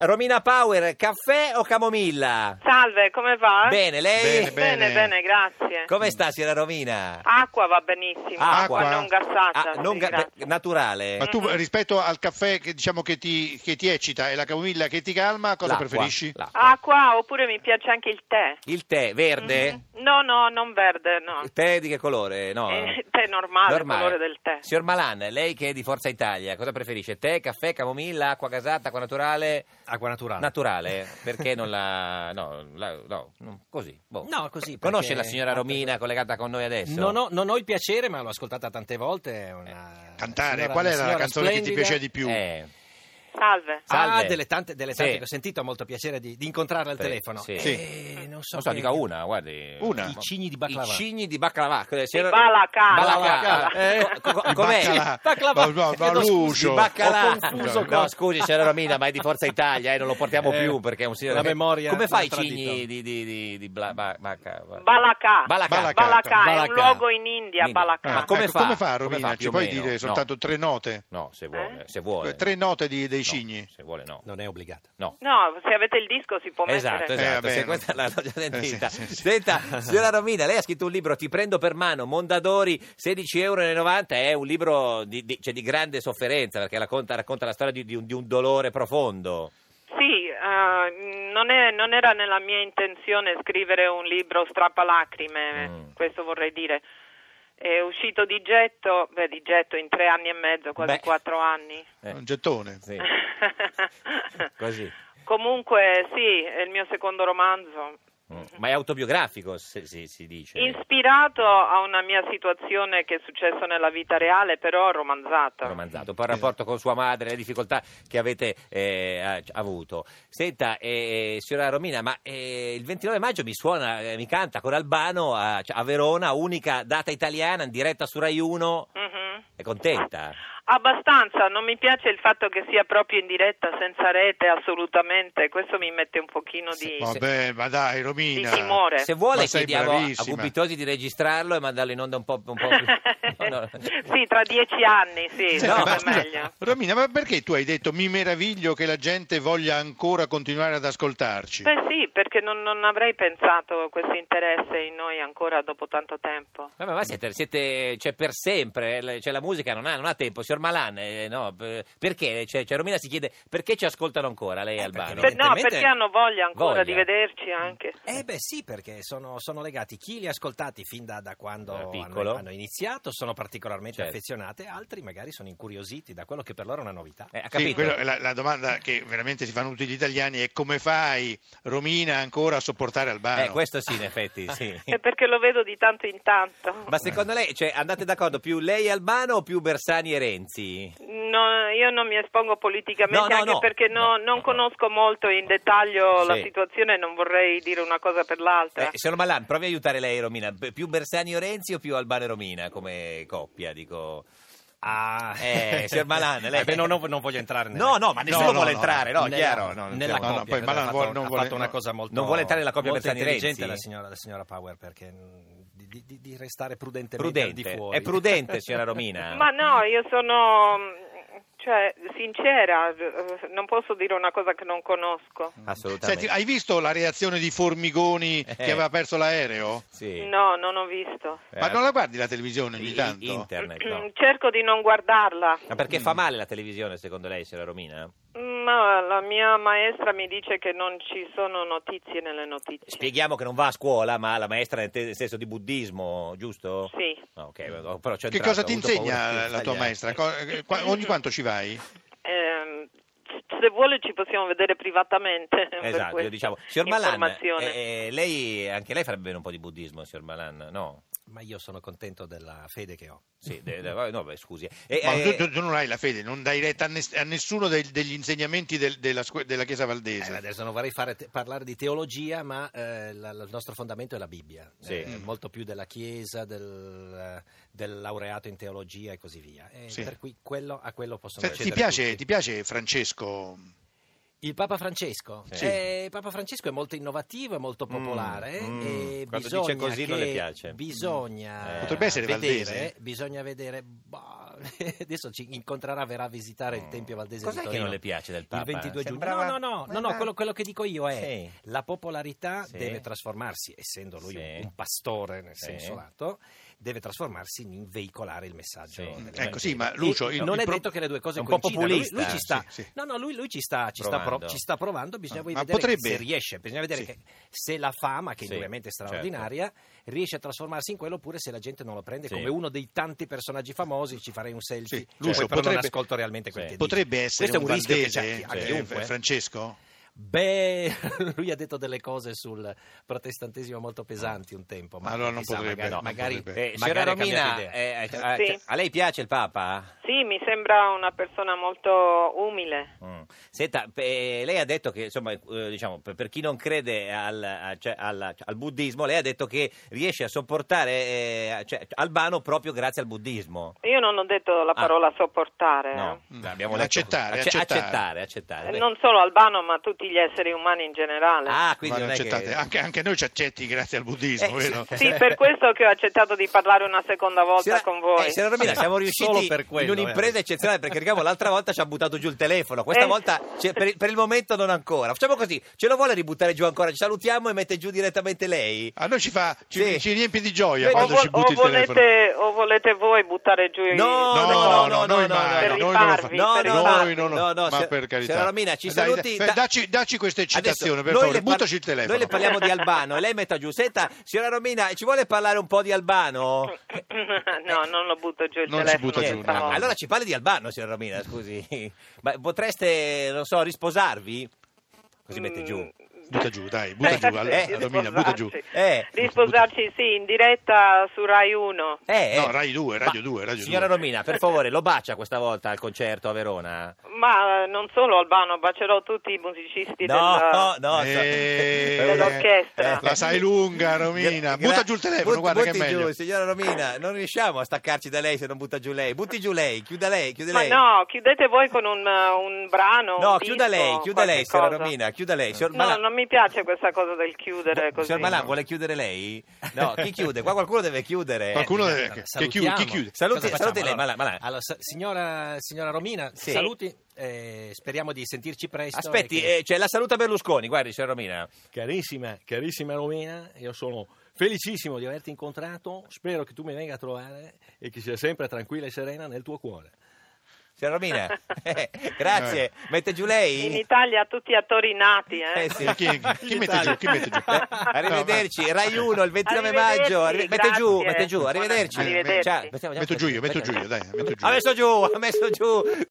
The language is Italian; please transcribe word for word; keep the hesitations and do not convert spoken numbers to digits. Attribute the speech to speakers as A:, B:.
A: Romina Power, caffè o camomilla?
B: Salve, come va?
A: Bene, lei?
B: Bene, bene, bene, grazie.
A: Come sta, signora Romina?
B: Acqua va benissimo, acqua,
C: Acqua?
B: non gassata.
A: Ah, non
B: sì,
A: ga-
B: grazie.
A: naturale?
C: Ma tu rispetto al caffè che diciamo che ti, che ti eccita e la camomilla che ti calma, cosa
A: L'acqua,
C: preferisci?
A: l'acqua.
B: Acqua, oppure mi piace anche il tè.
A: Il tè verde?
B: Mhm. No, no, non verde, no.
A: Il tè di che colore? No.
B: Eh, tè normale,
A: Normale.
B: il colore del tè.
A: Signor Malan, lei che è di Forza Italia, cosa preferisce? Tè, caffè, camomilla, acqua gasata, acqua naturale?
D: Acqua naturale.
A: Naturale? Perché non la... no, la- no, no, così. boh.
D: No, così.
A: Conosce
D: perché-
A: la signora Romina collegata con noi adesso?
D: Non ho, non ho il piacere, ma l'ho ascoltata tante volte. È una
C: Cantare,
D: signora-
C: qual è
D: una
C: la
D: signora
C: canzone che ti
D: splendida.
C: piace di più?
A: Eh,
B: Salve.
A: Salve.
D: Ah, delle tante, delle
A: Sì.
D: tante che ho sentito, ho molto piacere di, di incontrarla al
A: Sì,
D: telefono.
A: sì.
D: Eh, non so,
A: non so,
D: che-
A: dica una, guardi.
C: Una.
D: I cigni di
A: I
D: baklava.
A: cigni di baklava.
B: Di
A: Signora-
B: Balacà.
A: Balacà.
B: Balacà.
A: Eh, co- co-
C: Di
A: com'è?
C: baccalà.
D: Baklava.
C: No, no,
D: Chiedo
C: no,
D: scusi,
C: Lucio.
A: Di baccalà.
D: Ho confuso
A: no,
D: con-
A: scusi, signora Romina, ma è di Forza Italia, eh, non lo portiamo
D: Eh,
A: più perché è un signore.
D: la memoria
A: Come fa i
D: l'ha tradito.
A: cigni di, di, di, di bla- ba- bacca?
B: Balacà.
A: Balacà.
C: Balacà.
B: Balacà, è un
D: Balacà.
B: luogo in India,
A: India.
B: Balacà.
A: Ma come
C: ecco,
A: fa?
C: come fa
A: Come
C: Romina?
A: fa,
C: Ci
A: più o
C: puoi
A: meno?
C: dire
A: No.
C: soltanto tre note?
A: No, se vuole,
B: Eh?
A: se vuole.
C: Tre note di- dei
A: No,
C: cigni?
A: se vuole no.
D: Non è obbligata.
A: No.
B: No, se avete il disco si può
A: Esatto,
B: mettere.
A: esatto,
C: Eh, vabbè,
A: se
C: no.
A: questa l'ho già sentita.
C: Eh, sì, sì, sì.
A: Senta, signora Romina, lei ha scritto un libro, Ti prendo per mano, Mondadori, sedici euro e novanta, è un libro di, di- cioè, di grande sofferenza perché racconta, racconta la storia di, di un, di un dolore profondo.
B: Sì, eh, non, è- non era nella mia intenzione scrivere un libro strappalacrime,
A: Mm.
B: questo vorrei dire. È uscito di getto, beh di getto in tre anni e mezzo, quasi
A: Beh.
B: quattro anni.
A: Eh,
C: Un gettone.
A: sì, così.
B: Comunque sì, è il mio secondo romanzo.
A: Mm. Ma è autobiografico, se- si, si dice.
B: Ispirato a una mia situazione che è successo nella vita reale, però romanzata.
A: romanzato, poi il rapporto con sua madre, le difficoltà che avete eh, a- avuto. Senta, eh, signora Romina, ma eh, il ventinove maggio mi suona, eh, mi canta con Albano a, a Verona, unica data italiana in diretta su Rai uno,
B: Mhm.
A: è contenta?
B: Abbastanza, non mi piace il fatto che sia proprio in diretta, senza rete, assolutamente. Questo mi mette un pochino di,
C: Vabbè, ma dai,
B: di
C: Romina.
B: timore.
A: Se vuole
C: Ma sei
A: chiediamo a
C: bravissima.
A: Gubitosi di registrarlo e mandarlo in onda un po', un po' più... no, no.
B: Sì, tra dieci anni, sì,
C: Senti,
B: no,
C: ma
B: è
C: scusa,
B: meglio.
C: Romina, ma perché tu hai detto mi meraviglio che la gente voglia ancora continuare ad ascoltarci?
B: Beh sì, perché non, non avrei pensato questo interesse in noi ancora dopo tanto tempo.
A: Vabbè, ma siete, siete cioè, per sempre, eh, cioè, la musica non ha, non ha tempo, signor Malan, eh, no, per- perché? Cioè, cioè, Romina si chiede perché ci ascoltano ancora lei e Albano?
B: Per- no,
D: evidentemente-
B: perché hanno voglia ancora
A: Voglia.
B: di vederci anche.
D: Eh beh sì, perché sono, sono legati. Chi li ha ascoltati fin da, da quando
A: Da
D: hanno,
A: piccolo.
D: hanno iniziato sono particolarmente
A: Certo.
D: affezionati, altri magari sono incuriositi da quello che per loro è una novità.
A: Eh, ha
C: Sì,
A: capito?
C: quello è la, la domanda che veramente si fanno tutti gli italiani è come fai, Romina, ancora a sopportare Albano?
A: Eh, questo sì, in effetti, sì.
B: È perché lo vedo di tanto in tanto.
A: Ma secondo lei, cioè, andate d'accordo più lei e Albano o più Bersani e Renzi?
B: No, io non mi espongo politicamente
A: No, no,
B: anche
A: no.
B: perché no-
A: No,
B: non
A: no, no.
B: conosco molto in dettaglio la
A: Sì.
B: situazione e non vorrei dire una cosa per l'altra.
A: Eh, signor Malan, provi a aiutare lei, Romina. P- Più Bersani o Renzi o più Albano e Romina come coppia, dico...
D: Ah,
A: Eh, signor Malan, lei...
D: Eh beh, non, non- non voglio entrare nella,
A: No, no, ma nessuno
C: No, no,
A: vuole
C: no,
A: entrare, no,
D: nella-
A: chiaro. no,
D: nella
A: chiaro.
C: no,
D: coppia.
C: poi Malan
D: ha
C: vuole-
D: fatto,
C: non
D: ha
C: vuole-
D: fatto una
C: no.
D: cosa molto
A: Non vuole entrare nella coppia
D: molto
A: Bersani-Renzi?
D: intelligente la signora, la signora Power, perché mm, di, di- di restare prudentemente al di
A: Prudente,
D: fuori.
A: è prudente, signora Romina.
B: Ma no, io sono cioè sincera, eh, non posso dire una cosa che non conosco.
A: Assolutamente.
C: Senti, hai visto la reazione di Formigoni
A: Eh.
C: che aveva perso l'aereo?
A: Sì.
B: No, non ho visto.
C: Ma
A: Eh,
C: non la guardi la televisione ogni
A: i-
C: tanto?
A: Internet, no.
B: Cerco di non guardarla.
A: Ma perché fa male la televisione, secondo lei, signora Romina?
B: Ma la mia maestra mi dice che non ci sono notizie nelle notizie.
A: Spieghiamo che non va a scuola, ma la maestra nel te- nel senso di buddismo, giusto?
B: Sì.
A: Ah, ok, però c'è
C: Che
A: entrato,
C: cosa
A: ho
C: ti
A: avuto
C: insegna
A: paura di
C: la tua
A: sbagliare.
C: maestra? Co- eh, qua- ogni quanto ci vai?
B: Ehm, se vuole ci possiamo vedere privatamente per
A: Esatto,
B: questa
A: io diciamo. Signor Malan,
B: informazione.
A: eh, eh, lei, anche lei farebbe bene un po' di buddismo, signor Malan, no?
D: Ma io sono contento della fede che ho.
A: Sì, de- de- no, beh, scusi. E,
C: Ma
A: eh,
C: tu, tu- tu non hai la fede, non dai retta a, ness- a nessuno dei- degli insegnamenti del- della, scu- della Chiesa
D: Eh,
C: Valdese.
D: adesso non vorrei fare te- parlare di teologia, ma eh, la- la- il nostro fondamento è la Bibbia,
A: Sì.
D: Eh, molto più della Chiesa, del, del laureato in teologia e così via. E
C: Sì.
D: Per cui quello, a quello possono
C: Se- ti,
D: accedere
C: piace,
D: tutti.
C: ti piace Francesco?
D: Il Papa Francesco?
A: Sì.
D: Eh, il Papa Francesco è molto innovativo, è molto popolare.
A: mm.
D: E
A: Quando
D: bisogna
A: dice così
D: che,
A: non le piace.
D: Bisogna
A: Eh.
C: Potrebbe essere
D: vedere,
C: valdese.
D: bisogna vedere. Bah, adesso ci incontrerà, verrà a visitare il Tempio Valdese
A: Cos'è
D: di
A: che
D: Torino.
A: non le piace del Papa?
D: Il ventidue giugno.
A: Sembrava-
D: No, no, no, no, no,
A: Ma-
D: quello, quello che dico io è
A: Sì.
D: la popolarità
A: Sì.
D: deve trasformarsi, essendo lui
A: Sì.
D: un, un pastore nel
A: Sì.
D: senso lato, deve trasformarsi in veicolare il messaggio.
A: Sì.
D: dell'Evangelo.
C: Ecco, sì, ma Lucio,
D: E
C: il-
D: non
C: il
D: è
C: pro-
D: detto che le due cose
A: è un po'
D: coincidano. Lui-
A: populista.
D: Lui, ci sta,
C: Sì, sì.
D: no, no, lui, lui ci sta, ci sta, pro-
A: Provando.
D: ci sta provando. Bisogna
C: Ah,
D: poi
C: ma
D: vedere
C: potrebbe-
D: se riesce. Bisogna vedere
C: Sì.
D: che se la fama, che
A: Sì,
D: indubbiamente è straordinaria, riesce a trasformarsi in quello, oppure se la gente non lo prende
A: Sì.
D: come uno dei tanti personaggi famosi. Ci farei un selfie,
C: Sì,
D: Cioè,
C: Lucio,
D: poi però non
C: potrebbe-
D: ascolto realmente quel
A: Sì.
D: che dice.
C: Potrebbe essere
D: Questo è
C: un
D: un rischio che
C: valdese,
D: c'è a
C: eh,
D: chiunque.
C: Francesco?
D: Beh, lui ha detto delle cose sul protestantesimo molto pesanti un tempo. Ma
C: Allora non
D: chissà,
C: potrebbe,
D: magari,
C: no,
D: magari,
C: non potrebbe.
A: Eh, signora
D: magari ha cambiato
A: Romina,
D: idea.
A: eh,
B: Sì.
A: a, cioè, a lei piace il Papa?
B: Sì, mi sembra una persona molto umile.
A: Mm. Senta, eh, lei ha detto che, insomma, eh, diciamo, per, per chi non crede al, a- cioè, al, al buddismo, lei ha detto che riesce a sopportare eh, cioè, Albano proprio grazie al buddismo.
B: Io non ho detto la
A: Ah.
B: parola sopportare.
A: No,
C: Mm.
A: abbiamo letto-
C: Accettare,
A: acce-
C: accettare.
A: accettare, accettare.
B: eh.
A: Beh.
B: Non solo Albano, ma tutti gli esseri umani in generale.
A: Ah, quindi
C: Vanno
A: non è
C: accettate.
A: che...
C: anche, anche noi ci accetti grazie al buddismo,
A: Eh,
C: vero?
B: Sì, per questo che ho accettato di parlare una seconda volta
A: Signora-
B: con voi.
A: eh, signora Romina, siamo
D: Solo
A: riusciti
D: per quello,
A: in un'impresa
D: eh.
A: eccezionale, perché ricordiamo l'altra volta ci ha buttato giù il telefono, questa
B: Eh.
A: volta cioè, per, il- per il momento non ancora. Facciamo così, ce lo vuole ributtare giù ancora? Ci salutiamo e mette giù direttamente lei?
C: A noi ci fa, ci,
A: Sì.
C: ci riempie di gioia
A: Beh,
B: O,
C: quando
B: vo-
C: ci
B: o
C: butti il telefono.
B: volete, o volete voi buttare giù i...
A: No,
C: No,
A: no,
C: no,
A: no,
C: noi
A: no,
C: mai,
B: no,
C: noi non lo fa-
B: per
A: No,
B: rifarvi,
A: no,
C: noi
A: no,
C: non lo-
A: no, no,
C: ma
A: se-
C: per carità.
A: signora Romina, ci
C: Dai,
A: saluti.
C: dai,
A: da-
C: dacci, dacci questa eccitazione,
A: Adesso,
C: per
A: noi
C: favore,
A: le par-
C: buttaci il telefono.
A: Noi le parliamo di Albano e lei metta giù. Senta, signora Romina, ci vuole parlare un po' di Albano?
B: No, non lo butto giù il
C: Non si
B: telefono.
C: butta giù,
B: questa
C: no.
B: volta.
A: Allora ci parli di Albano, signora Romina, scusi. Ma potreste, non so, risposarvi? Così mette giù.
B: Mm,
C: Butta giù, dai, butta
A: Eh,
C: giù, allora,
A: eh,
C: Romina, butta giù.
B: Risposarci.
A: Eh.
B: Risposarci, sì, in diretta su Rai uno.
A: Eh, eh.
C: No, Rai due, Radio
A: Ma,
C: due, Radio
A: signora
C: due.
A: Romina, per favore, lo bacia questa volta al concerto a Verona?
B: Ma eh, non solo Albano, bacerò tutti i musicisti
A: No,
B: del...
A: no, no.
C: Eh,
B: dell'orchestra.
C: La sai lunga, Romina.
A: Gra-
C: Butta giù il telefono,
A: butti-
C: guarda che è
A: butti
C: meglio.
A: giù, signora Romina, non riusciamo a staccarci da lei se non butta giù lei. Butti giù lei, chiuda lei, chiude
B: Ma
A: lei.
B: no, chiudete voi con un, uh, un brano.
A: No,
B: un
A: chiuda
B: disco,
A: lei, chiuda
B: qualche
A: lei, signora
B: cosa.
A: Romina, chiuda lei. Signor
B: No,
A: Malan-
B: non mi piace questa cosa del chiudere così.
A: Signor Malan, vuole chiudere lei? No, chi chiude? Qua qualcuno deve chiudere.
C: Qualcuno deve-
D: Allora,
C: che chiude, chi
D: salutiamo.
C: chiude?
A: Saluti-
D: Cosa facciamo?
A: saluti lei,
D: Allora,
A: Malan, Malan.
D: allora, sa- signora, signora Romina,
A: Sì.
D: saluti. eh, speriamo di sentirci presto.
A: Aspetti,
D: e che-
A: eh, c'è la saluta Berlusconi, guardi, signora Romina.
E: Carissima, carissima Romina, io sono felicissimo di averti incontrato, spero che tu mi venga a trovare e che sia sempre tranquilla e serena nel tuo cuore.
A: Signora Romina, eh, grazie. Mette giù lei?
B: In Italia tutti attori nati, eh.
A: Eh, sì.
C: Chi, chi mette giù? Chi mette giù?
A: Eh, arrivederci, Rai uno il ventinove
B: Arrivederci,
A: maggio. Arri- mette giù,
B: grazie.
A: mette giù, arrivederci.
B: Arrivederci.
A: Ciao, mettiamo-
C: Metto giù io, metto giù io, dai, metto giù.
A: Ha messo giù, ha messo giù.